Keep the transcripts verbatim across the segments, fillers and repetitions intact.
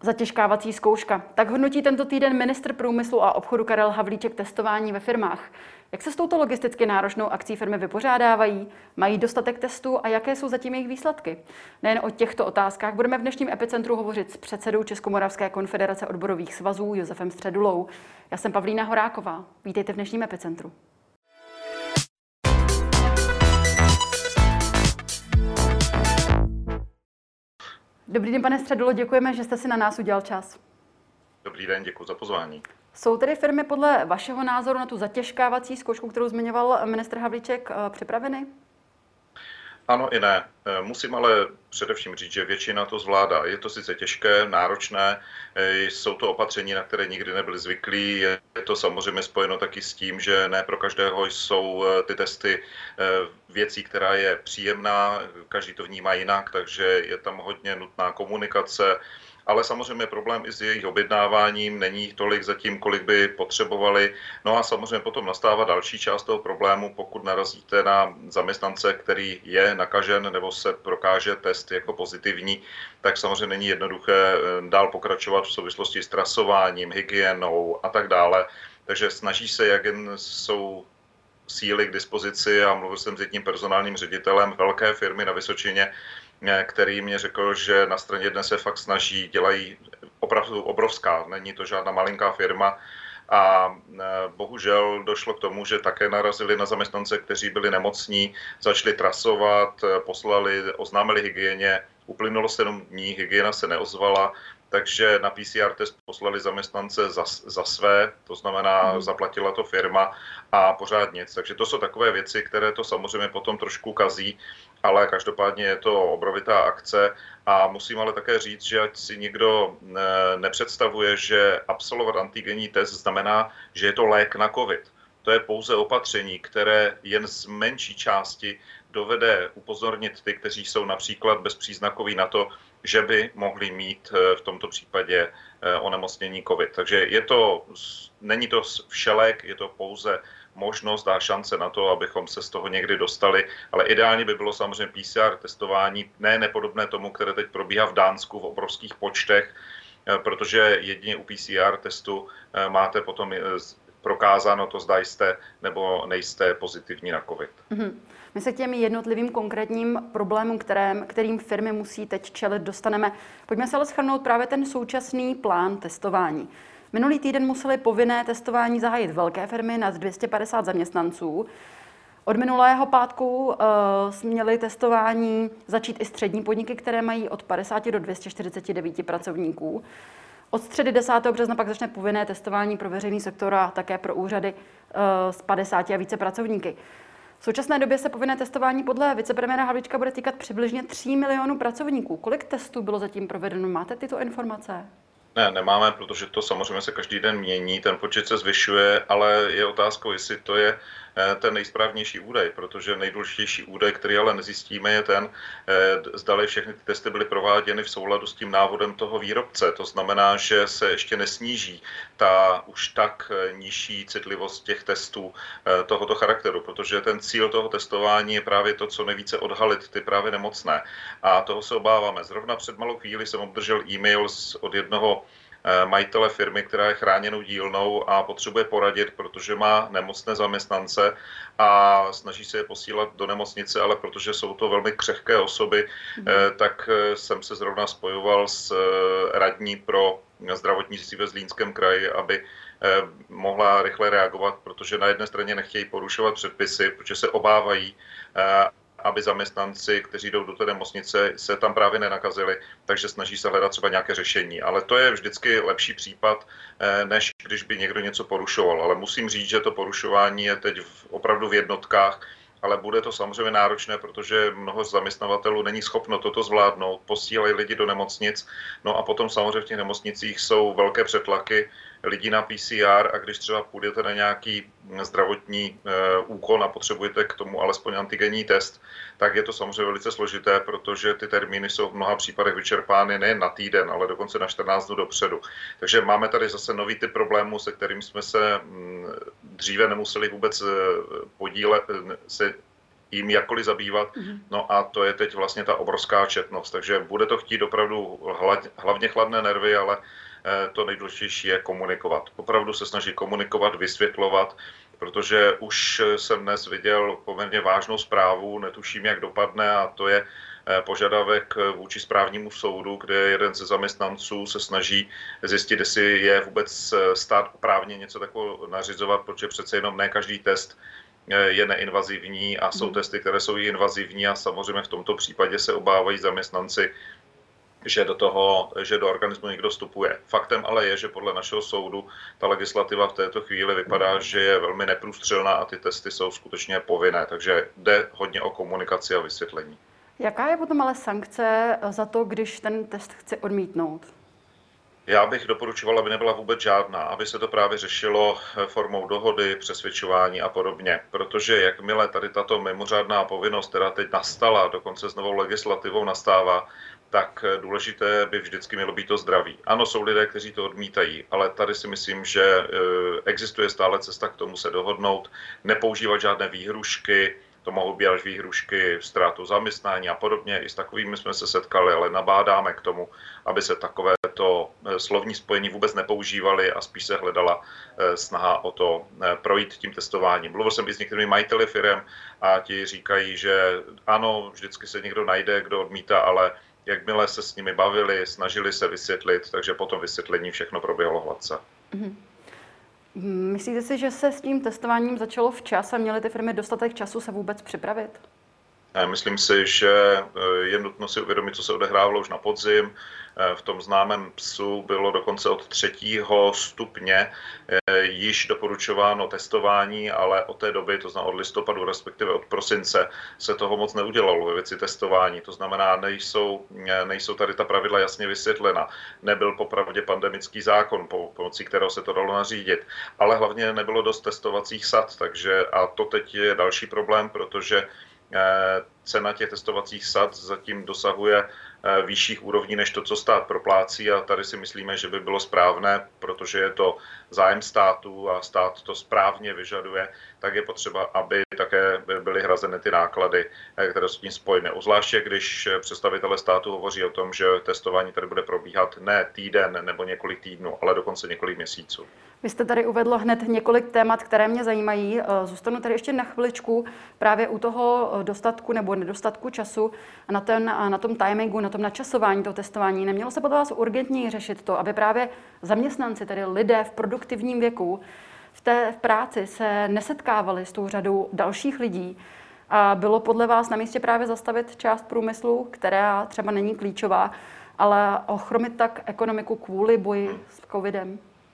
Zatěžkávací zkouška. Tak hodnotí tento týden ministr průmyslu a obchodu Karel Havlíček testování ve firmách. Jak se s touto logisticky náročnou akcí firmy vypořádávají? Mají dostatek testů a jaké jsou zatím jejich výsledky? Nejen o těchto otázkách budeme v dnešním epicentru hovořit s předsedou Českomoravské konfederace odborových svazů Josefem Středulou. Já jsem Pavlína Horáková. Vítejte v dnešním epicentru. Dobrý den, pane Středulo, děkujeme, že jste si na nás udělal čas. Dobrý den, děkuji za pozvání. Jsou tedy firmy podle vašeho názoru na tu zatěžkávací zkoušku, kterou zmiňoval ministr Havlíček, připraveny? Ano i ne. Musím ale především říct, že většina to zvládá. Je to sice těžké, náročné, jsou to opatření, na které nikdy nebyli zvyklí. Je to samozřejmě spojeno taky s tím, že ne pro každého jsou ty testy věcí, která je příjemná, každý to vnímá jinak, takže je tam hodně nutná komunikace. Ale samozřejmě problém i s jejich objednáváním, není jich tolik zatím, kolik by potřebovali. No a samozřejmě potom nastává další část toho problému, pokud narazíte na zaměstnance, který je nakažen nebo se prokáže test jako pozitivní, tak samozřejmě není jednoduché dál pokračovat v souvislosti s trasováním, hygienou a tak dále. Takže snaží se, jak jen jsou síly k dispozici, a mluvil jsem s jedním personálním ředitelem velké firmy na Vysočině, který mě řekl, že na straně jedné se fakt snaží, dělají opravdu obrovská, není to žádná malinká firma. A bohužel došlo k tomu, že také narazili na zaměstnance, kteří byli nemocní, začali trasovat, poslali, oznámili hygieně, uplynulo sedm dní, hygiena se neozvala, takže na P C R test poslali zaměstnance za, za své, to znamená, mm. zaplatila to firma a pořád nic. Takže to jsou takové věci, které to samozřejmě potom trošku kazí, ale každopádně je to obrovitá akce. A musím ale také říct, že ať si nikdo nepředstavuje, že absolvovat antigenní test znamená, že je to lék na COVID. To je pouze opatření, které jen z menší části dovede upozornit ty, kteří jsou například bezpříznakoví na to, že by mohli mít v tomto případě onemocnění COVID. Takže je to, není to všelék, je to pouze možnost a šance na to, abychom se z toho někdy dostali, ale ideálně by bylo samozřejmě P C R testování, ne nepodobné tomu, které teď probíhá v Dánsku v obrovských počtech, protože jedině u P C R testu máte potom prokázáno to, zda jste nebo nejste pozitivní na COVID. Mm-hmm. My se k těm jednotlivým konkrétním problémům, kterým, kterým firmy musí teď čelit, dostaneme. Pojďme se ale shrnout právě ten současný plán testování. Minulý týden museli povinné testování zahájit velké firmy nad dvě stě padesát zaměstnanců. Od minulého pátku uh, měly testování začít i střední podniky, které mají od padesáti do dvou set čtyřiceti devíti pracovníků. Od středy desátého března pak začne povinné testování pro veřejný sektor a také pro úřady uh, s padesáti a více pracovníky. V současné době se povinné testování podle vicepremiéra Havlíčka bude týkat přibližně tří milionů pracovníků. Kolik testů bylo zatím provedeno? Máte tyto informace? Ne, nemáme, protože to samozřejmě se každý den mění, ten počet se zvyšuje, ale je otázkou, jestli to je ten nejsprávnější údaj, protože nejdůležitější údaj, který ale nezjistíme, je ten, zdali všechny ty testy byly prováděny v souladu s tím návodem toho výrobce. To znamená, že se ještě nesníží ta už tak nižší citlivost těch testů tohoto charakteru, protože ten cíl toho testování je právě to, co nejvíce odhalit ty právě nemocné. A toho se obáváme. Zrovna před malou chvíli jsem obdržel e-mail od jednoho majitele firmy, která je chráněnou dílnou a potřebuje poradit, protože má nemocné zaměstnance a snaží se je posílat do nemocnice, ale protože jsou to velmi křehké osoby, mm. tak jsem se zrovna spojoval s radní pro zdravotnictví ve Zlínském kraji, aby mohla rychle reagovat, protože na jedné straně nechtějí porušovat předpisy, protože se obávají, aby zaměstnanci, kteří jdou do té nemocnice, se tam právě nenakazili, takže snaží se hledat třeba nějaké řešení. Ale to je vždycky lepší případ, než když by někdo něco porušoval. Ale musím říct, že to porušování je teď opravdu v jednotkách, ale bude to samozřejmě náročné, protože mnoho zaměstnavatelů není schopno toto zvládnout, posílají lidi do nemocnic, no a potom samozřejmě v těch nemocnicích jsou velké přetlaky lidí na P C R a když třeba půjdete na nějaký zdravotní uh, úkon a potřebujete k tomu alespoň antigenní test, tak je to samozřejmě velice složité, protože ty termíny jsou v mnoha případech vyčerpány nejen na týden, ale dokonce na čtrnáct dnů dopředu. Takže máme tady zase nový typ problémů, se kterým jsme se dříve nemuseli vůbec podílet, se jim jakkoliv zabývat. No a to je teď vlastně ta obrovská četnost. Takže bude to chtít opravdu hlavně chladné nervy, ale to nejdůležitější je komunikovat. Opravdu se snaží komunikovat, vysvětlovat, protože už jsem dnes viděl poměrně vážnou zprávu, netuším, jak dopadne, a to je požadavek vůči správnímu soudu, kde jeden ze zaměstnanců se snaží zjistit, jestli je vůbec stát oprávněn něco takového nařizovat, protože přece jenom ne každý test je neinvazivní a jsou testy, které jsou i invazivní, a samozřejmě v tomto případě se obávají zaměstnanci, že do toho, že do organismu někdo vstupuje. Faktem ale je, že podle našeho soudu ta legislativa v této chvíli vypadá, že je velmi neprůstřelná a ty testy jsou skutečně povinné, takže jde hodně o komunikaci a vysvětlení. Jaká je potom ale sankce za to, když ten test chce odmítnout? Já bych doporučoval, aby nebyla vůbec žádná, aby se to právě řešilo formou dohody, přesvědčování a podobně. Protože jakmile tady tato mimořádná povinnost, která teď nastala, dokonce s novou legislativou nastává, tak důležité by vždycky mělo být to zdraví. Ano, jsou lidé, kteří to odmítají, ale tady si myslím, že existuje stále cesta k tomu se dohodnout, nepoužívat žádné výhrušky, to mohou být až výhrušky, ztrátu zaměstnání a podobně. I s takovými jsme se setkali, ale nabádáme k tomu, aby se takovéto slovní spojení vůbec nepoužívaly a spíš se hledala snaha o to projít tím testováním. Mluvil jsem i s některými majiteli firem a ti říkají, že ano, vždycky se někdo najde, kdo odmítá, ale jakmile se s nimi bavili, snažili se vysvětlit, takže po tom vysvětlení všechno proběhlo hladce. Mm-hmm. Myslíte si, že se s tím testováním začalo včas a měly ty firmy dostatek času se vůbec připravit? Myslím si, že je nutno si uvědomit, co se odehrávalo už na podzim. V tom známém psu bylo dokonce od třetího stupně již doporučováno testování, ale od té doby, to znamená od listopadu, respektive od prosince, se toho moc neudělalo ve věci testování. To znamená, nejsou, nejsou tady ta pravidla jasně vysvětlena. Nebyl popravdě pandemický zákon, pomocí kterého se to dalo nařídit, ale hlavně nebylo dost testovacích sad, takže a to teď je další problém, protože cena těch testovacích sad zatím dosahuje vyšších úrovní než to, co stát proplácí, a tady si myslíme, že by bylo správné, protože je to zájem státu a stát to správně vyžaduje, tak je potřeba, aby také byly hrazeny ty náklady, které jsou tím spojené. Zvláště když představitelé státu hovoří o tom, že testování tady bude probíhat ne týden nebo několik týdnů, ale dokonce několik měsíců. Vy jste tady uvedl hned několik témat, které mě zajímají. Zůstanu tady ještě na chviličku právě u toho dostatku nebo nedostatku času a na, ten, na tom timingu, na tom načasování toho testování. Nemělo se podle vás urgentněji řešit to, aby právě zaměstnanci, tedy lidé v produktivním věku, v té v práci se nesetkávali s tou řadou dalších lidí, a bylo podle vás na místě právě zastavit část průmyslu, která třeba není klíčová, ale ochromit tak ekonomiku kvůli boji s covidem?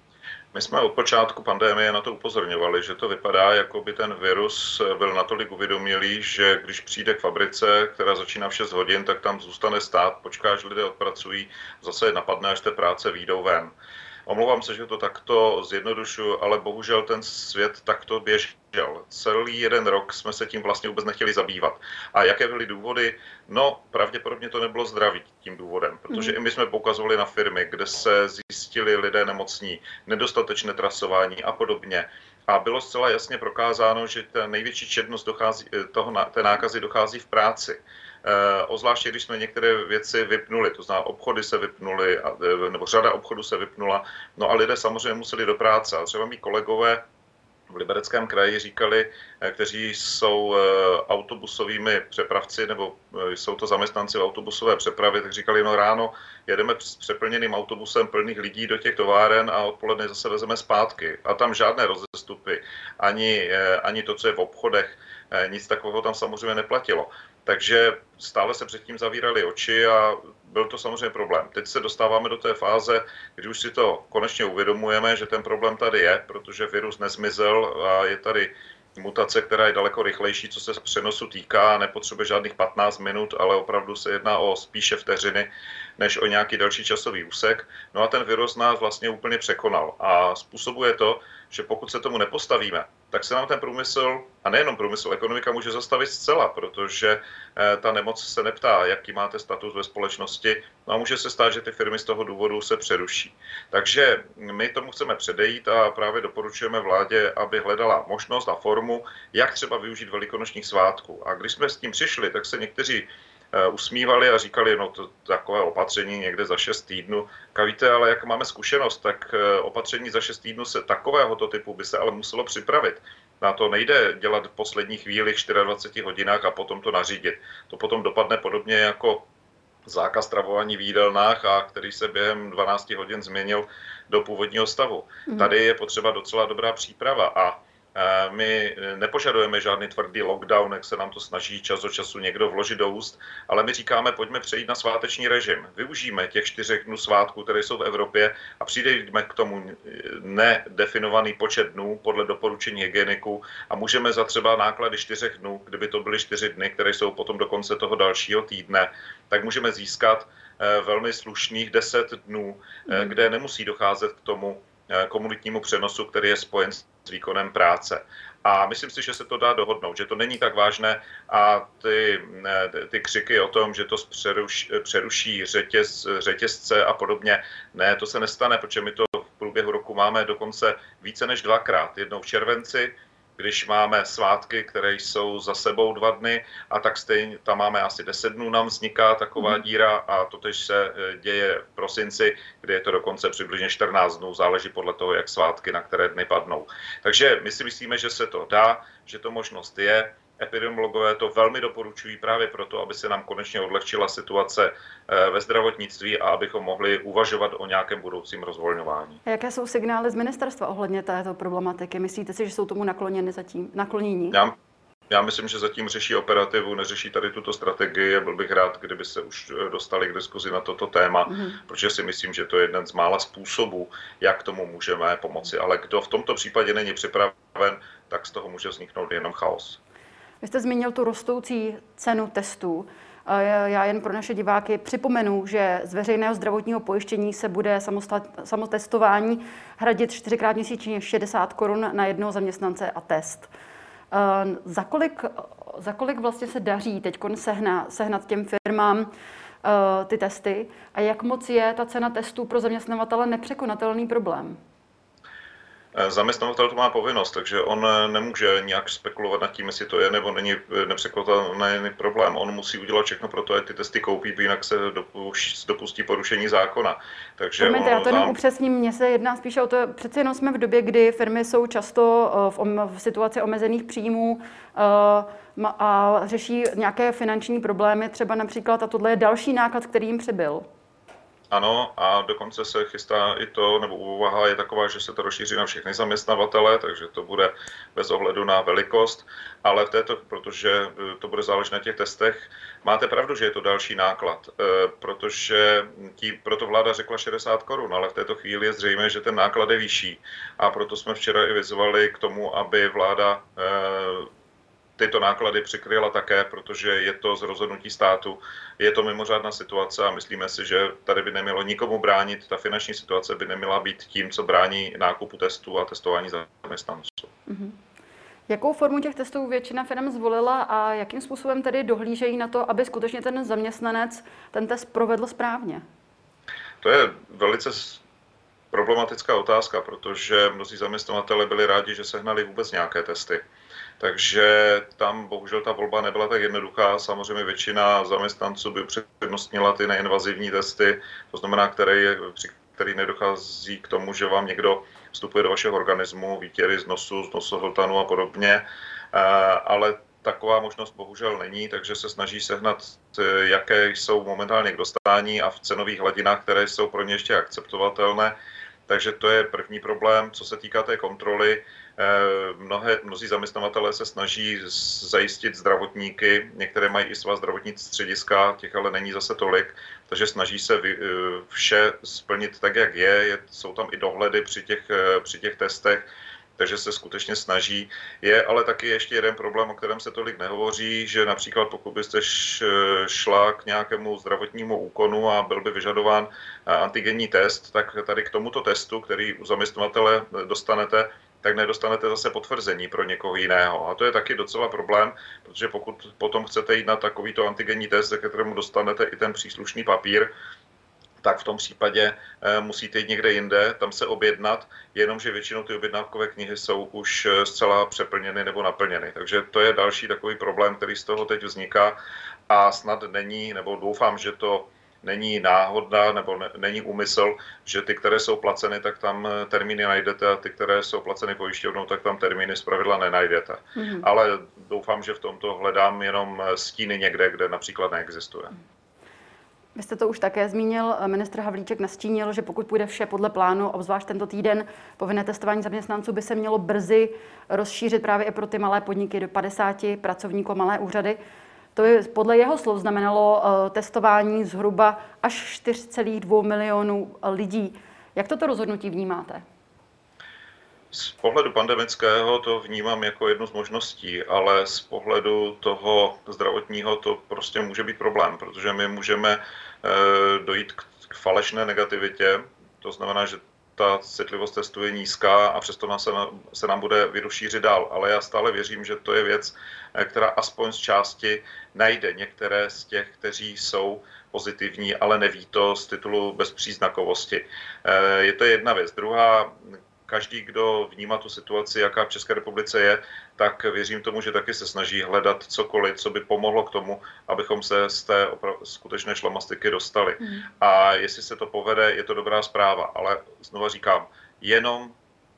My jsme od počátku pandemie na to upozorňovali, že to vypadá, jako by ten virus byl natolik uvědomilý, že když přijde k fabrice, která začíná v šest hodin, tak tam zůstane stát, počká, až lidé odpracují, zase je napadne, až té práce výjdou ven. Omlouvám se, že to takto zjednodušuju, ale bohužel ten svět takto běžel. Celý jeden rok jsme se tím vlastně vůbec nechtěli zabývat. A jaké byly důvody? No, pravděpodobně to nebylo zdraví tím důvodem, protože mm. i my jsme poukazovali na firmy, kde se zjistili lidé nemocní, nedostatečné trasování a podobně. A bylo zcela jasně prokázáno, že ta největší četnost dochází, toho, té nákazy dochází v práci. Ozvláště, když jsme některé věci vypnuli, to znamená obchody se vypnuly, nebo řada obchodů se vypnula, no a lidé samozřejmě museli do práce. A třeba mý kolegové v Libereckém kraji říkali, kteří jsou autobusovými přepravci, nebo jsou to zaměstnanci v autobusové přepravě, tak říkali, no ráno jedeme s přeplněným autobusem plných lidí do těch továren a odpoledne zase vezeme zpátky. A tam žádné rozestupy, ani, ani to, co je v obchodech, nic takového tam samozřejmě neplatilo. Takže stále se předtím zavírali oči a byl to samozřejmě problém. Teď se dostáváme do té fáze, kdy už si to konečně uvědomujeme, že ten problém tady je, protože virus nezmizel a je tady mutace, která je daleko rychlejší, co se přenosu týká, nepotřebuje žádných patnáct minut, ale opravdu se jedná o spíše vteřiny, než o nějaký další časový úsek. No a ten virus nás vlastně úplně překonal a způsobuje to, že pokud se tomu nepostavíme, tak se nám ten průmysl, a nejenom průmysl, ekonomika může zastavit zcela, protože ta nemoc se neptá, jaký máte status ve společnosti, no a může se stát, že ty firmy z toho důvodu se přeruší. Takže my tomu chceme předejít a právě doporučujeme vládě, aby hledala možnost a formu, jak třeba využít velikonočních svátků. A když jsme s tím přišli, tak se někteří usmívali a říkali, no to takové opatření někde za šest týdnů. Víte, ale jak máme zkušenost, tak opatření za šest týdnů se takovéhoto typu by se ale muselo připravit. Na to nejde dělat v poslední chvíli dvacet čtyři hodinách a potom to nařídit. To potom dopadne podobně jako zákaz stravování v jídelnách, a který se během dvanácti hodin změnil do původního stavu. Mm. Tady je potřeba docela dobrá příprava a my nepožadujeme žádný tvrdý lockdown, jak se nám to snaží čas od času někdo vložit do úst, ale my říkáme, pojďme přejít na sváteční režim. Využijeme těch čtyřech dnů svátků, které jsou v Evropě, a přijdeme k tomu nedefinovaný počet dnů podle doporučení hygieniků a můžeme za třeba náklady čtyřech dnů, kdyby to byly čtyři dny, které jsou potom do konce toho dalšího týdne, tak můžeme získat velmi slušných deset dnů, mm. kde nemusí docházet k tomu komunitnímu přenosu, který je spojen s výkonem práce. A myslím si, že se to dá dohodnout, že to není tak vážné a ty, ty křiky o tom, že to přeruš, přeruší řetěz, řetězce a podobně, ne, to se nestane, protože my to v průběhu roku máme dokonce více než dvakrát. Jednou v červenci, když máme svátky, které jsou za sebou dva dny, a tak stejně tam máme asi deset dnů, nám vzniká taková díra, a totež se děje v prosinci, kdy je to dokonce přibližně čtrnáct dnů, záleží podle toho, jak svátky na které dny padnou. Takže my si myslíme, že se to dá, že to možnost je. Epidemiologové to velmi doporučují právě proto, aby se nám konečně odlehčila situace ve zdravotnictví a abychom mohli uvažovat o nějakém budoucím rozvolňování. A jaké jsou signály z ministerstva ohledně této problematiky? Myslíte si, že jsou tomu nakloněni zatím, naklonění? Já, já myslím, že zatím řeší operativu, neřeší tady tuto strategii. Byl bych rád, kdyby se už dostali k diskuzi na toto téma, mm. protože si myslím, že to je jeden z mála způsobů, jak tomu můžeme pomoci. Ale kdo v tomto případě není připraven, tak z toho může vzniknout jenom chaos. Vy jste zmínil tu rostoucí cenu testů. Já jen pro naše diváky připomenu, že z veřejného zdravotního pojištění se bude samotestování hradit čtyřikrát měsíčně šedesát korun na jednoho zaměstnance a test. Za kolik, za kolik vlastně se daří teď sehnat, sehnat těm firmám ty testy a jak moc je ta cena testů pro zaměstnavatele nepřekonatelný problém? Zaměstnavatel to má povinnost, takže on nemůže nějak spekulovat nad tím, jestli to je nebo není nepřekonatelný problém. On musí udělat všechno pro to, ať ty testy koupí, jinak se dopustí porušení zákona. Takže Promiňte, já to jenom zám... upřesním, mně se jedná spíše o to, přece jenom jsme v době, kdy firmy jsou často v, om, v situaci omezených příjmů uh, a řeší nějaké finanční problémy, třeba například, a tohle je další náklad, který jim přibyl. Ano, a dokonce se chystá i to, nebo úvaha je taková, že se to rozšíří na všechny zaměstnavatele, takže to bude bez ohledu na velikost, ale v této, protože to bude záležet na těch testech, máte pravdu, že je to další náklad, protože tí, proto vláda řekla šedesát korun, ale v této chvíli je zřejmé, že ten náklad je vyšší, a proto jsme včera i vyzvali k tomu, aby vláda tyto náklady přikryla také, protože je to z rozhodnutí státu. Je to mimořádná situace a myslíme si, že tady by nemělo nikomu bránit. Ta finanční situace by neměla být tím, co brání nákupu testů a testování zaměstnanců. Mm-hmm. Jakou formu těch testů většina firm zvolila a jakým způsobem tedy dohlížejí na to, aby skutečně ten zaměstnanec ten test provedl správně? To je velice problematická otázka, protože mnozí zaměstnavatelé byli rádi, že sehnali vůbec nějaké testy. Takže tam bohužel ta volba nebyla tak jednoduchá. Samozřejmě většina zaměstnanců by upřednostnila ty neinvazivní testy, to znamená, které, při kterých nedochází k tomu, že vám někdo vstupuje do vašeho organismu, výtěry z nosu, z nosohltanu a podobně. Ale taková možnost bohužel není, takže se snaží sehnat, jaké jsou momentálně k dostání a v cenových hladinách, které jsou pro ně ještě akceptovatelné. Takže to je první problém. Co se týká té kontroly, mnohé, mnozí zaměstnavatelé se snaží zajistit zdravotníky, některé mají i svá zdravotní střediska, těch ale není zase tolik, takže snaží se vše splnit tak, jak je. Jsou tam i dohledy při těch, při těch testech, takže se skutečně snaží. Je ale taky ještě jeden problém, o kterém se tolik nehovoří, že například pokud byste šla k nějakému zdravotnímu úkonu a byl by vyžadován antigenní test, tak tady k tomuto testu, který u zaměstnavatele dostanete, tak nedostanete zase potvrzení pro někoho jiného. A to je taky docela problém, protože pokud potom chcete jít na takovýto antigenní test, ze kterému dostanete i ten příslušný papír, tak v tom případě musíte jít někde jinde, tam se objednat, jenomže většinou ty objednávkové knihy jsou už zcela přeplněny nebo naplněny. Takže to je další takový problém, který z toho teď vzniká a snad není, nebo doufám, že to není náhoda nebo ne, není úmysl, že ty, které jsou placeny, tak tam termíny najdete a ty, které jsou placeny pojišťovnou, tak tam termíny zpravidla nenajdete. Mm-hmm. Ale doufám, že v tomto hledám jenom stíny někde, kde například neexistuje. Vy jste to už také zmínil, ministr Havlíček nastínil, že pokud půjde vše podle plánu, obzvlášť tento týden, povinné testování zaměstnanců by se mělo brzy rozšířit právě i pro ty malé podniky do padesáti pracovníků a malé úřady. To je podle jeho slov znamenalo testování zhruba až čtyři celá dva milionu lidí. Jak toto rozhodnutí vnímáte? Z pohledu pandemického to vnímám jako jednu z možností, ale z pohledu toho zdravotního to prostě může být problém, protože my můžeme dojít k falešné negativitě, to znamená, že ta citlivost testu je nízká a přesto nám se, se nám bude virus šířit dál. Ale já stále věřím, že to je věc, která aspoň z části najde některé z těch, kteří jsou pozitivní, ale neví to z titulu bezpříznakovosti. Je to jedna věc. Druhá, každý, kdo vnímá tu situaci, jaká v České republice je, tak věřím tomu, že taky se snaží hledat cokoliv, co by pomohlo k tomu, abychom se z té skutečné šlamastiky dostali. Mm. A jestli se to povede, je to dobrá zpráva. Ale znova říkám, jenom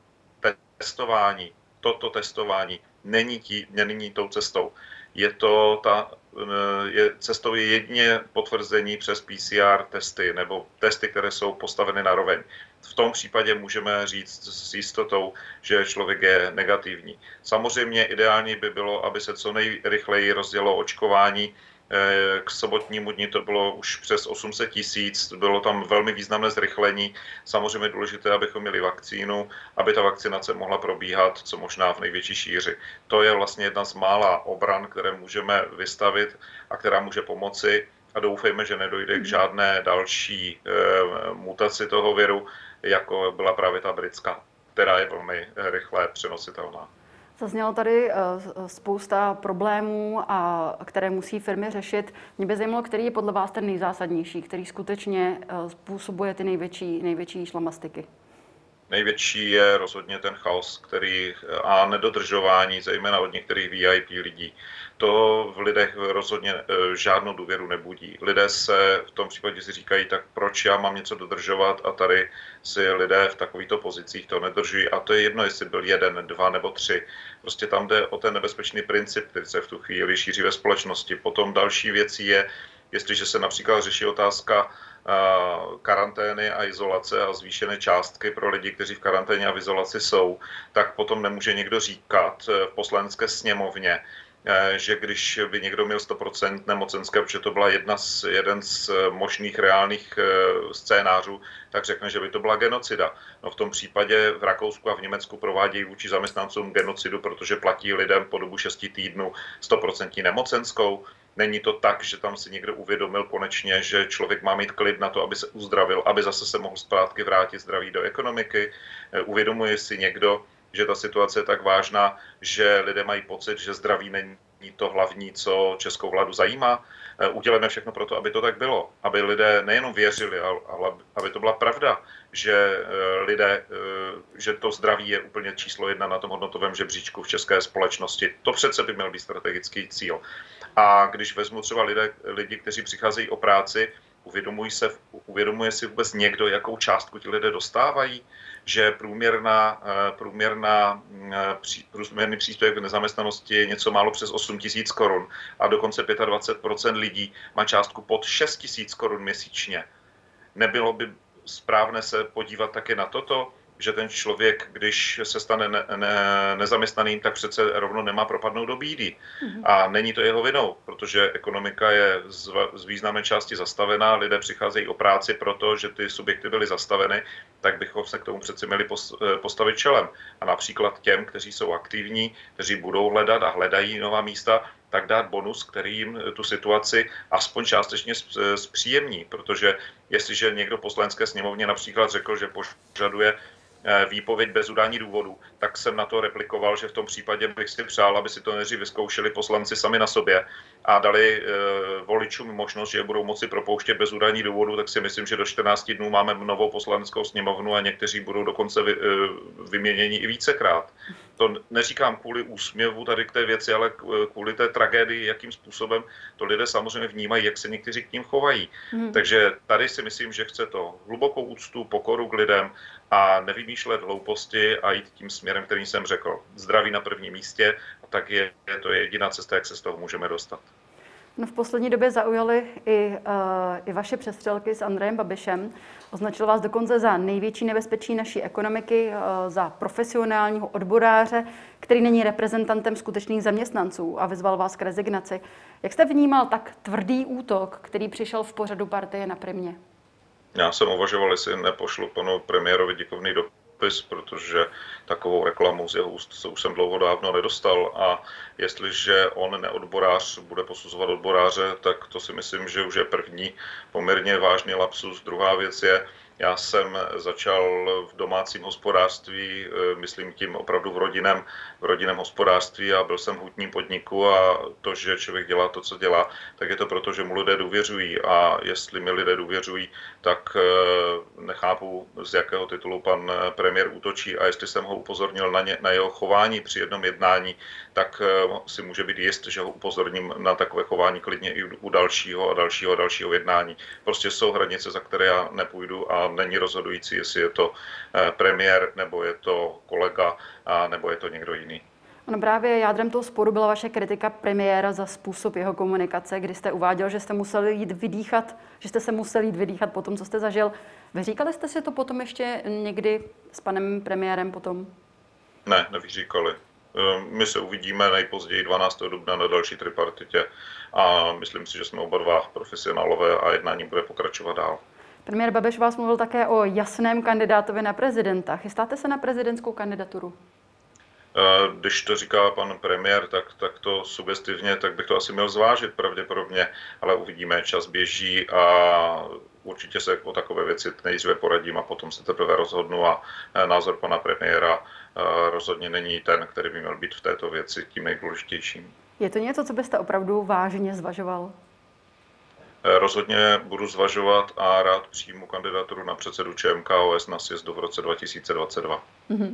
testování, toto testování není, tí, není tou cestou. Je to ta, je, cestou je jedině potvrzení přes P C R testy nebo testy, které jsou postaveny na roveň. V tom případě můžeme říct s jistotou, že člověk je negativní. Samozřejmě ideální by bylo, aby se co nejrychleji rozdělo očkování. K sobotnímu dni to bylo už přes osm set tisíc, bylo tam velmi významné zrychlení. Samozřejmě je důležité, abychom měli vakcínu, aby ta vakcinace mohla probíhat co možná v největší šíři. To je vlastně jedna z mála obran, které můžeme vystavit a která může pomoci. A doufejme, že nedojde k žádné další e, mutaci toho viru, jako byla právě ta britská, která je velmi rychle přenositelná. Zaznělo tady spousta problémů, a které musí firmy řešit. Mě by zajímalo, který je podle vás ten nejzásadnější, který skutečně způsobuje ty největší, největší šlamastiky. Největší je rozhodně ten chaos, který a nedodržování, zejména od některých V I P lidí. To v lidech rozhodně žádnou důvěru nebudí. Lidé se v tom případě si říkají, tak proč já mám něco dodržovat, a tady si lidé v takovýchto pozicích to nedržují. A to je jedno, jestli byl jeden, dva nebo tři. Prostě tam jde o ten nebezpečný princip, který se v tu chvíli šíří ve společnosti. Potom další věcí je, jestliže se například řeší otázka karantény a izolace a zvýšené částky pro lidi, kteří v karanténě a v izolaci jsou, tak potom nemůže někdo říkat v poslanecké sněmovně, že když by někdo měl sto procent nemocenské, protože to byla jedna z, jeden z možných reálných scénářů, tak řekne, že by to byla genocida. No v tom případě v Rakousku a v Německu provádějí vůči zaměstnancům genocidu, protože platí lidem po dobu šesti týdnů sto procent nemocenskou. Není to tak, že tam si někdo uvědomil konečně, že člověk má mít klid na to, aby se uzdravil, aby zase se mohl zpátky vrátit zdraví do ekonomiky. Uvědomuje si někdo, že ta situace je tak vážná, že lidé mají pocit, že zdraví není to hlavní, co českou vládu zajímá. Uděláme všechno pro to, aby to tak bylo. Aby lidé nejenom věřili, ale aby to byla pravda, že lidé, že to zdraví je úplně číslo jedna na tom hodnotovém žebříčku v české společnosti. To přece by měl být strategický cíl. A když vezmu třeba lidé, lidi, kteří přicházejí o práci, uvědomují se, uvědomuje si vůbec někdo, jakou částku ti lidé dostávají, že průměrná, průměrná, průměrný příspěvek v nezaměstnanosti je něco málo přes osm tisíc korun a dokonce dvacet pět procent lidí má částku pod šest tisíc korun měsíčně. Nebylo by správné se podívat také na toto, že ten člověk, když se stane ne, ne, nezaměstnaným, tak přece rovno nemá propadnout do bídy. Mm-hmm. A není to jeho vinou, protože ekonomika je z, z významné části zastavená, lidé přicházejí o práci proto, že ty subjekty byly zastaveny, tak bychom se k tomu přece měli postavit čelem. A například těm, kteří jsou aktivní, kteří budou hledat a hledají nová místa, tak dát bonus, který jim tu situaci aspoň částečně zpříjemní. Protože jestliže někdo v poslanecké sněmovně například řekl, že požaduje výpověď bez udání důvodu, tak jsem na to replikoval, že v tom případě bych si přál, aby si to nejdřív vyzkoušeli poslanci sami na sobě a dali e, voličům možnost, že je budou moci propouštět bez udání důvodu, tak si myslím, že do čtrnácti dnů máme novou poslaneckou sněmovnu a někteří budou dokonce vy, e, vyměněni i vícekrát. To neříkám kvůli úsměvu tady k té věci, ale kvůli té tragédii, jakým způsobem to lidé samozřejmě vnímají, jak se někteří k ním chovají. Hmm. Takže tady si myslím, že chce to hlubokou úctu, pokoru k lidem a nevymýšlet hlouposti a jít tím směrem, který jsem řekl. Zdraví na prvním místě, a tak je, je to jediná cesta, jak se z toho můžeme dostat. No, v poslední době zaujaly i, uh, i vaše přestřelky s Andrejem Babišem. Označil vás dokonce za největší nebezpečí naší ekonomiky, uh, za profesionálního odboráře, který není reprezentantem skutečných zaměstnanců a vyzval vás k rezignaci. Jak jste vnímal tak tvrdý útok, který přišel v pořadu partie na Primě? Já jsem uvažoval, jestli nepošlu panu premiérovi díkovný dopis, protože takovou reklamu z jeho úst už jsem dlouho dávno nedostal a jestliže on neodborář bude posuzovat odboráře, tak to si myslím, že už je první poměrně vážný lapsus. Druhá věc je, já jsem začal v domácím hospodářství, myslím tím opravdu v rodinném, v rodinném hospodářství a byl jsem v hutním podniku a to, že člověk dělá to, co dělá, tak je to proto, že mu lidé důvěřují a jestli mi lidé důvěřují, tak nechápu, z jakého titulu pan premiér útočí a jestli jsem ho upozornil na, ně, na jeho chování při jednom jednání, tak si může být jist, že ho upozorním na takové chování klidně i u dalšího a dalšího a dalšího jednání. Prostě jsou hranice, za které já nepůjdu a není rozhodující, jestli je to premiér, nebo je to kolega, a nebo je to někdo jiný. Ano, právě jádrem toho sporu byla vaše kritika premiéra za způsob jeho komunikace, kdy jste uváděl, že jste museli jít vydýchat, že jste se museli jít vydýchat po tom, co jste zažil. Vyříkali jste si to potom ještě někdy s panem premiérem potom? Ne, nevyříkali. My se uvidíme nejpozději dvanáctého dubna na další tripartitě a myslím si, že jsme oba dva profesionálové a jednání bude pokračovat dál. Premiér Babiš vás mluvil také o jasném kandidátovi na prezidenta. Chystáte se na prezidentskou kandidaturu? Když to říká pan premiér, tak, tak to sugestivně, tak bych to asi měl zvážit pravděpodobně, ale uvidíme, čas běží a určitě se o takové věci nejdříve poradím a potom se teprve rozhodnu a názor pana premiéra rozhodně není ten, který by měl být v této věci tím nejdůležitějším. Je to něco, co byste opravdu vážně zvažoval? Rozhodně budu zvažovat a rád přijmu kandidaturu na předsedu Č M K O S na sjezdu v roce dva tisíce dvacet dva. Mm-hmm.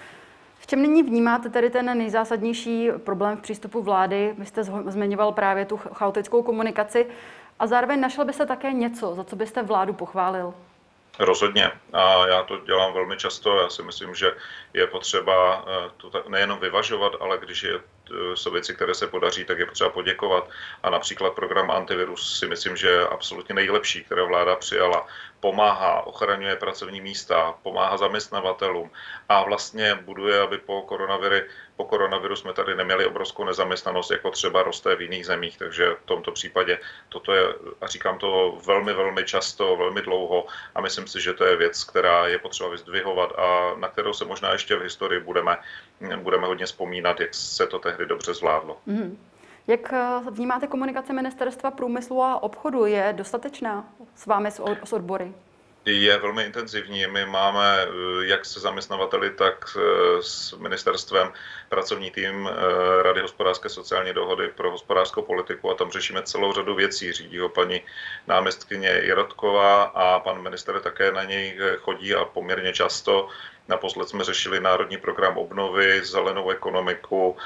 V čem nyní vnímáte tedy ten nejzásadnější problém v přístupu vlády? Vy jste zmiňoval právě tu chaotickou komunikaci a zároveň našel by se také něco, za co byste vládu pochválil? Rozhodně. A já to dělám velmi často. Já si myslím, že je potřeba to nejenom vyvažovat, ale když je, jsou věci, které se podaří, tak je potřeba poděkovat. A například program Antivirus si myslím, že je absolutně nejlepší, které vláda přijala. Pomáhá, ochraňuje pracovní místa, pomáhá zaměstnavatelům a vlastně buduje, aby po koronaviru, po koronaviru jsme tady neměli obrovskou nezaměstnanost, jako třeba roste v jiných zemích. Takže v tomto případě toto je, a říkám to velmi, velmi často, velmi dlouho a myslím si, že to je věc, která je potřeba vyzdvihovat a na kterou se možná ještě v historii budeme, budeme hodně vzpomínat, jak se to tehdy dobře zvládlo. Mm. Jak vnímáte komunikace Ministerstva průmyslu a obchodu? Je dostatečná s vámi, s odbory? Je velmi intenzivní. My máme jak se zaměstnavateli, tak s ministerstvem pracovní tým Rady hospodářské sociální dohody pro hospodářskou politiku a tam řešíme celou řadu věcí. Řídí ho paní náměstkyně Jirotková a pan minister také na něj chodí a poměrně často. Naposled jsme řešili národní program obnovy, zelenou ekonomiku,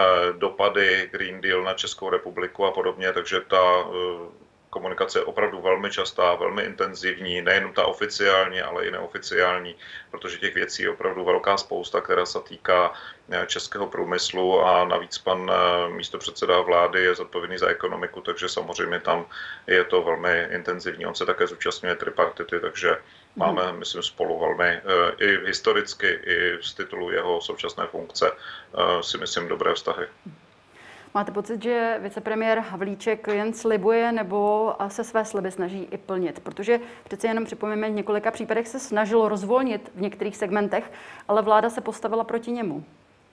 dopady Green Deal na Českou republiku a podobně, takže ta komunikace je opravdu velmi častá, velmi intenzivní, nejen ta oficiální, ale i neoficiální, protože těch věcí je opravdu velká spousta, která se týká českého průmyslu a navíc pan místopředseda vlády je zodpovědný za ekonomiku, takže samozřejmě tam je to velmi intenzivní. On se také zúčastňuje tripartity, takže máme, myslím, spolu velmi i historicky, i z titulu jeho současné funkce si myslím dobré vztahy. Máte pocit, že vicepremiér Havlíček jen slibuje nebo se své sliby snaží i plnit? Protože přeci jenom připomeňme, v několika případech se snažilo rozvolnit v některých segmentech, ale vláda se postavila proti němu.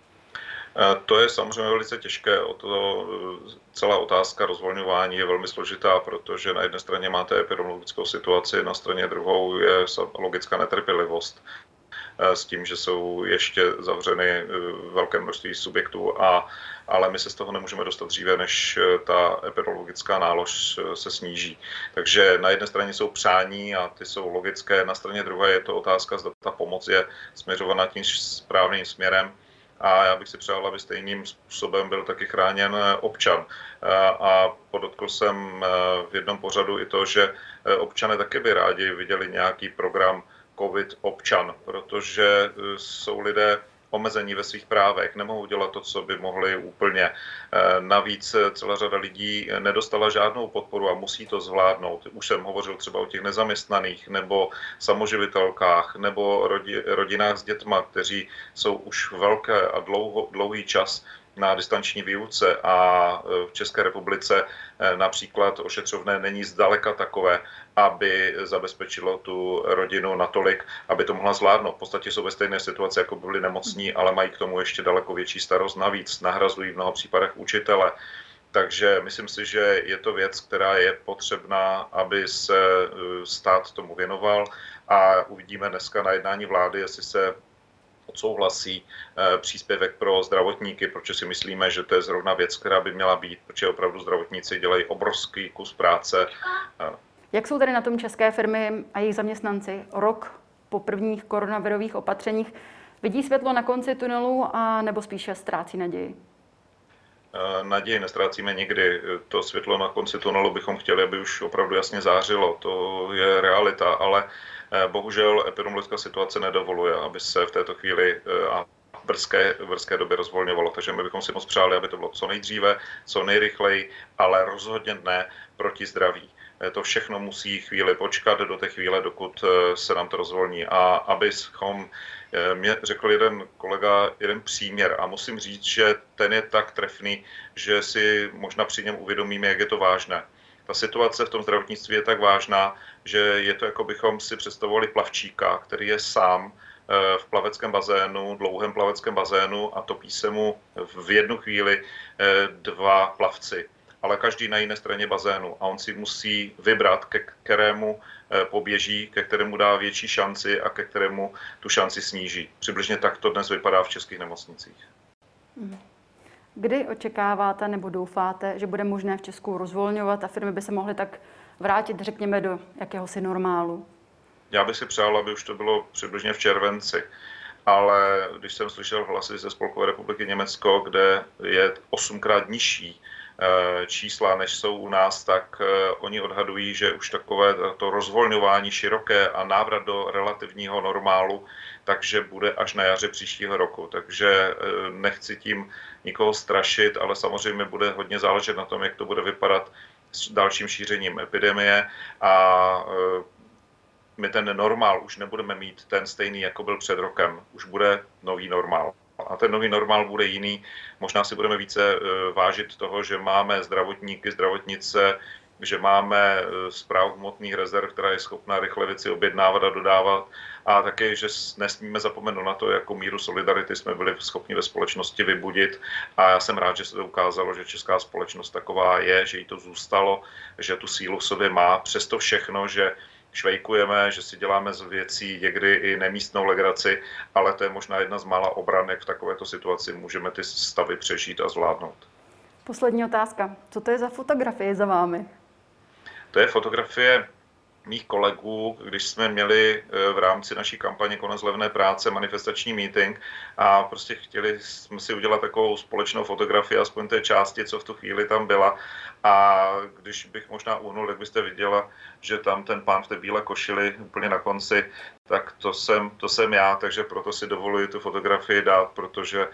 To je samozřejmě velice těžké. O to, celá otázka rozvolňování je velmi složitá, protože na jedné straně máte epidemiologickou situaci, na straně druhou je logická netrpělivost. s tím, že jsou ještě zavřeny velké množství subjektů, a, ale my se z toho nemůžeme dostat dříve, než ta epidemiologická nálož se sníží. Takže na jedné straně jsou přání a ty jsou logické, na straně druhé je to otázka, zda ta pomoc je směřovaná tím správným směrem. A já bych si přál, aby stejným způsobem byl taky chráněn občan. A podotkl jsem v jednom pořadu i to, že občané taky by rádi viděli nějaký program COVID občan, protože jsou lidé omezení ve svých právech, nemohou dělat to, co by mohli úplně. Navíc celá řada lidí nedostala žádnou podporu a musí to zvládnout. Už jsem hovořil třeba o těch nezaměstnaných, nebo samoživitelkách, nebo rodinách s dětma, kteří jsou už velké a dlouho, dlouhý čas na distanční výuce, a v České republice například ošetřovné není zdaleka takové, aby zabezpečilo tu rodinu natolik, aby to mohla zvládnout. V podstatě jsou ve stejné situaci, jako byli nemocní, ale mají k tomu ještě daleko větší starost navíc. Nahrazují v mnoha případech učitele. Takže myslím si, že je to věc, která je potřebná, aby se stát tomu věnoval, a uvidíme dneska na jednání vlády, jestli se odsouhlasí příspěvek pro zdravotníky, protože si myslíme, že to je zrovna věc, která by měla být, protože opravdu zdravotníci dělají obrovský kus práce. Jak jsou tady na tom české firmy a jejich zaměstnanci rok po prvních koronavirových opatřeních? Vidí světlo na konci tunelu, a nebo spíše ztrácí naději? Naději nestrácíme nikdy. To světlo na konci tunelu bychom chtěli, aby už opravdu jasně zářilo. To je realita, ale bohužel epidemiologická situace nedovoluje, aby se v této chvíli a v brzké, v brzké době rozvolňovalo. Takže my bychom si moc přáli, aby to bylo co nejdříve, co nejrychleji, ale rozhodně ne proti zdraví. To všechno musí chvíli počkat do té chvíle, dokud se nám to rozvolní. A abychom, mě řekl jeden kolega, jeden příměr, a musím říct, že ten je tak trefný, že si možná při něm uvědomíme, jak je to vážné. Ta situace v tom zdravotnictví je tak vážná, že je to, jako bychom si představovali plavčíka, který je sám v plaveckém bazénu, dlouhém plaveckém bazénu, a topí se mu v jednu chvíli dva plavci, ale každý na jiné straně bazénu, a on si musí vybrat, ke kterému poběží, ke kterému dá větší šanci a ke kterému tu šanci sníží. Přibližně tak to dnes vypadá v českých nemocnicích. Kdy očekáváte nebo doufáte, že bude možné v Česku rozvolňovat a firmy by se mohly tak vrátit, řekněme, do jakéhosi normálu? Já bych si přál, aby už to bylo přibližně v červenci, ale když jsem slyšel hlasy ze Spolkové republiky Německo, kde je osmkrát nižší čísla, než jsou u nás, tak oni odhadují, že už takové to rozvolňování široké a návrat do relativního normálu, takže bude až na jaře příštího roku. Takže nechci tím nikoho strašit, ale samozřejmě bude hodně záležet na tom, jak to bude vypadat s dalším šířením epidemie, a my ten normál už nebudeme mít ten stejný, jako byl před rokem. Už bude nový normál. A ten nový normál bude jiný. Možná si budeme více vážit toho, že máme zdravotníky, zdravotnice, že máme správu hmotných rezerv, která je schopná rychle věci objednávat a dodávat. A také, že nesmíme zapomenout na to, jakou míru solidarity jsme byli schopni ve společnosti vybudit. A já jsem rád, že se to ukázalo, že česká společnost taková je, že jí to zůstalo, že tu sílu v sobě má. Přesto všechno, že švejkujeme, že si děláme z věcí někdy i nemístnou legraci, ale to je možná jedna z mála obran, jak v takovéto situaci můžeme ty stavy přežít a zvládnout. Poslední otázka. Co to je za fotografie za vámi? To je fotografie mých kolegů, když jsme měli v rámci naší kampaně Konec levné práce manifestační meeting, a prostě chtěli jsme si udělat takovou společnou fotografii, aspoň té části, co v tu chvíli tam byla. A když bych možná uhnul, tak byste viděla, že tam ten pán v té bílé košili úplně na konci, tak to jsem, to jsem já, takže proto si dovoluji tu fotografii dát, protože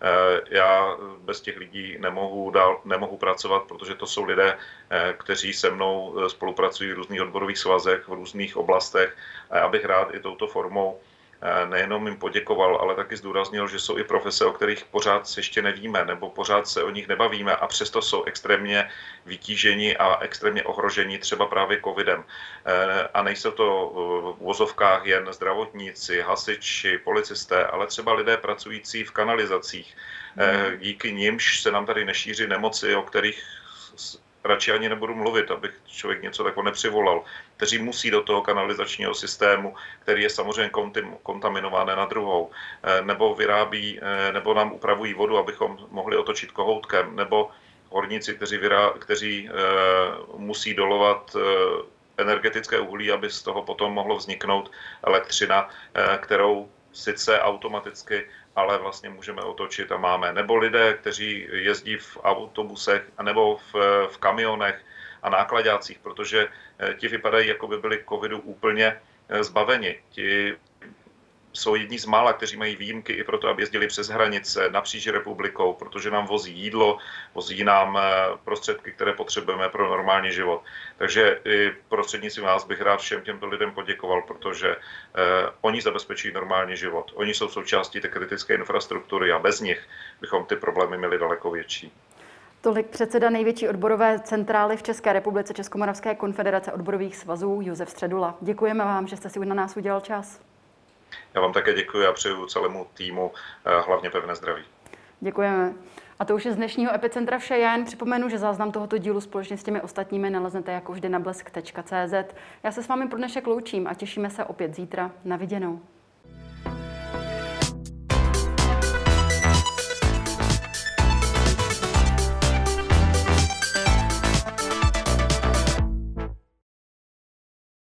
já bez těch lidí nemohu, dál, nemohu pracovat, protože to jsou lidé, kteří se mnou spolupracují v různých odborových svazech, v různých oblastech, a já bych rád i touto formou nejenom jim poděkoval, ale taky zdůraznil, že jsou i profese, o kterých pořád ještě nevíme, nebo pořád se o nich nebavíme, a přesto jsou extrémně vytíženi a extrémně ohroženi třeba právě covidem. A nejsou to v uvozovkách jen zdravotníci, hasiči, policisté, ale třeba lidé pracující v kanalizacích. Díky nimž se nám tady nešíří nemoci, o kterých radši ani nebudu mluvit, abych člověk něco takového nepřivolal, kteří musí do toho kanalizačního systému, který je samozřejmě kontaminovaný na druhou, nebo vyrábí, nebo nám upravují vodu, abychom mohli otočit kohoutkem, nebo horníci, kteří, vyrá, kteří musí dolovat energetické uhlí, aby z toho potom mohlo vzniknout elektřina, kterou sice automaticky, ale vlastně můžeme otočit a máme. Nebo lidé, kteří jezdí v autobusech nebo v, v kamionech a nákladácích, protože ti vypadají, jako by byli covidu úplně zbaveni. Ti jsou jedni z mála, kteří mají výjimky i proto, aby jezdili přes hranice napříč republikou, protože nám vozí jídlo, vozí nám prostředky, které potřebujeme pro normální život. Takže i prostřednictvím vás bych rád všem těmto lidem poděkoval, protože eh, oni zabezpečí normální život. Oni jsou součástí té kritické infrastruktury a bez nich bychom ty problémy měli daleko větší. Tolik předseda největší odborové centrály v České republice Českomoravské konfederace odborových svazů Josef Středula. Děkujeme vám, že jste si na nás udělal čas. Já vám také děkuji a přeju celému týmu hlavně pevné zdraví. Děkujeme. A to už je z dnešního Epicentra vše. Já jen připomenu, že záznam tohoto dílu společně s těmi ostatními naleznete jako vždy na blesk tečka cé zet. Já se s vámi pro dnešek loučím a těšíme se opět zítra. Na viděnou.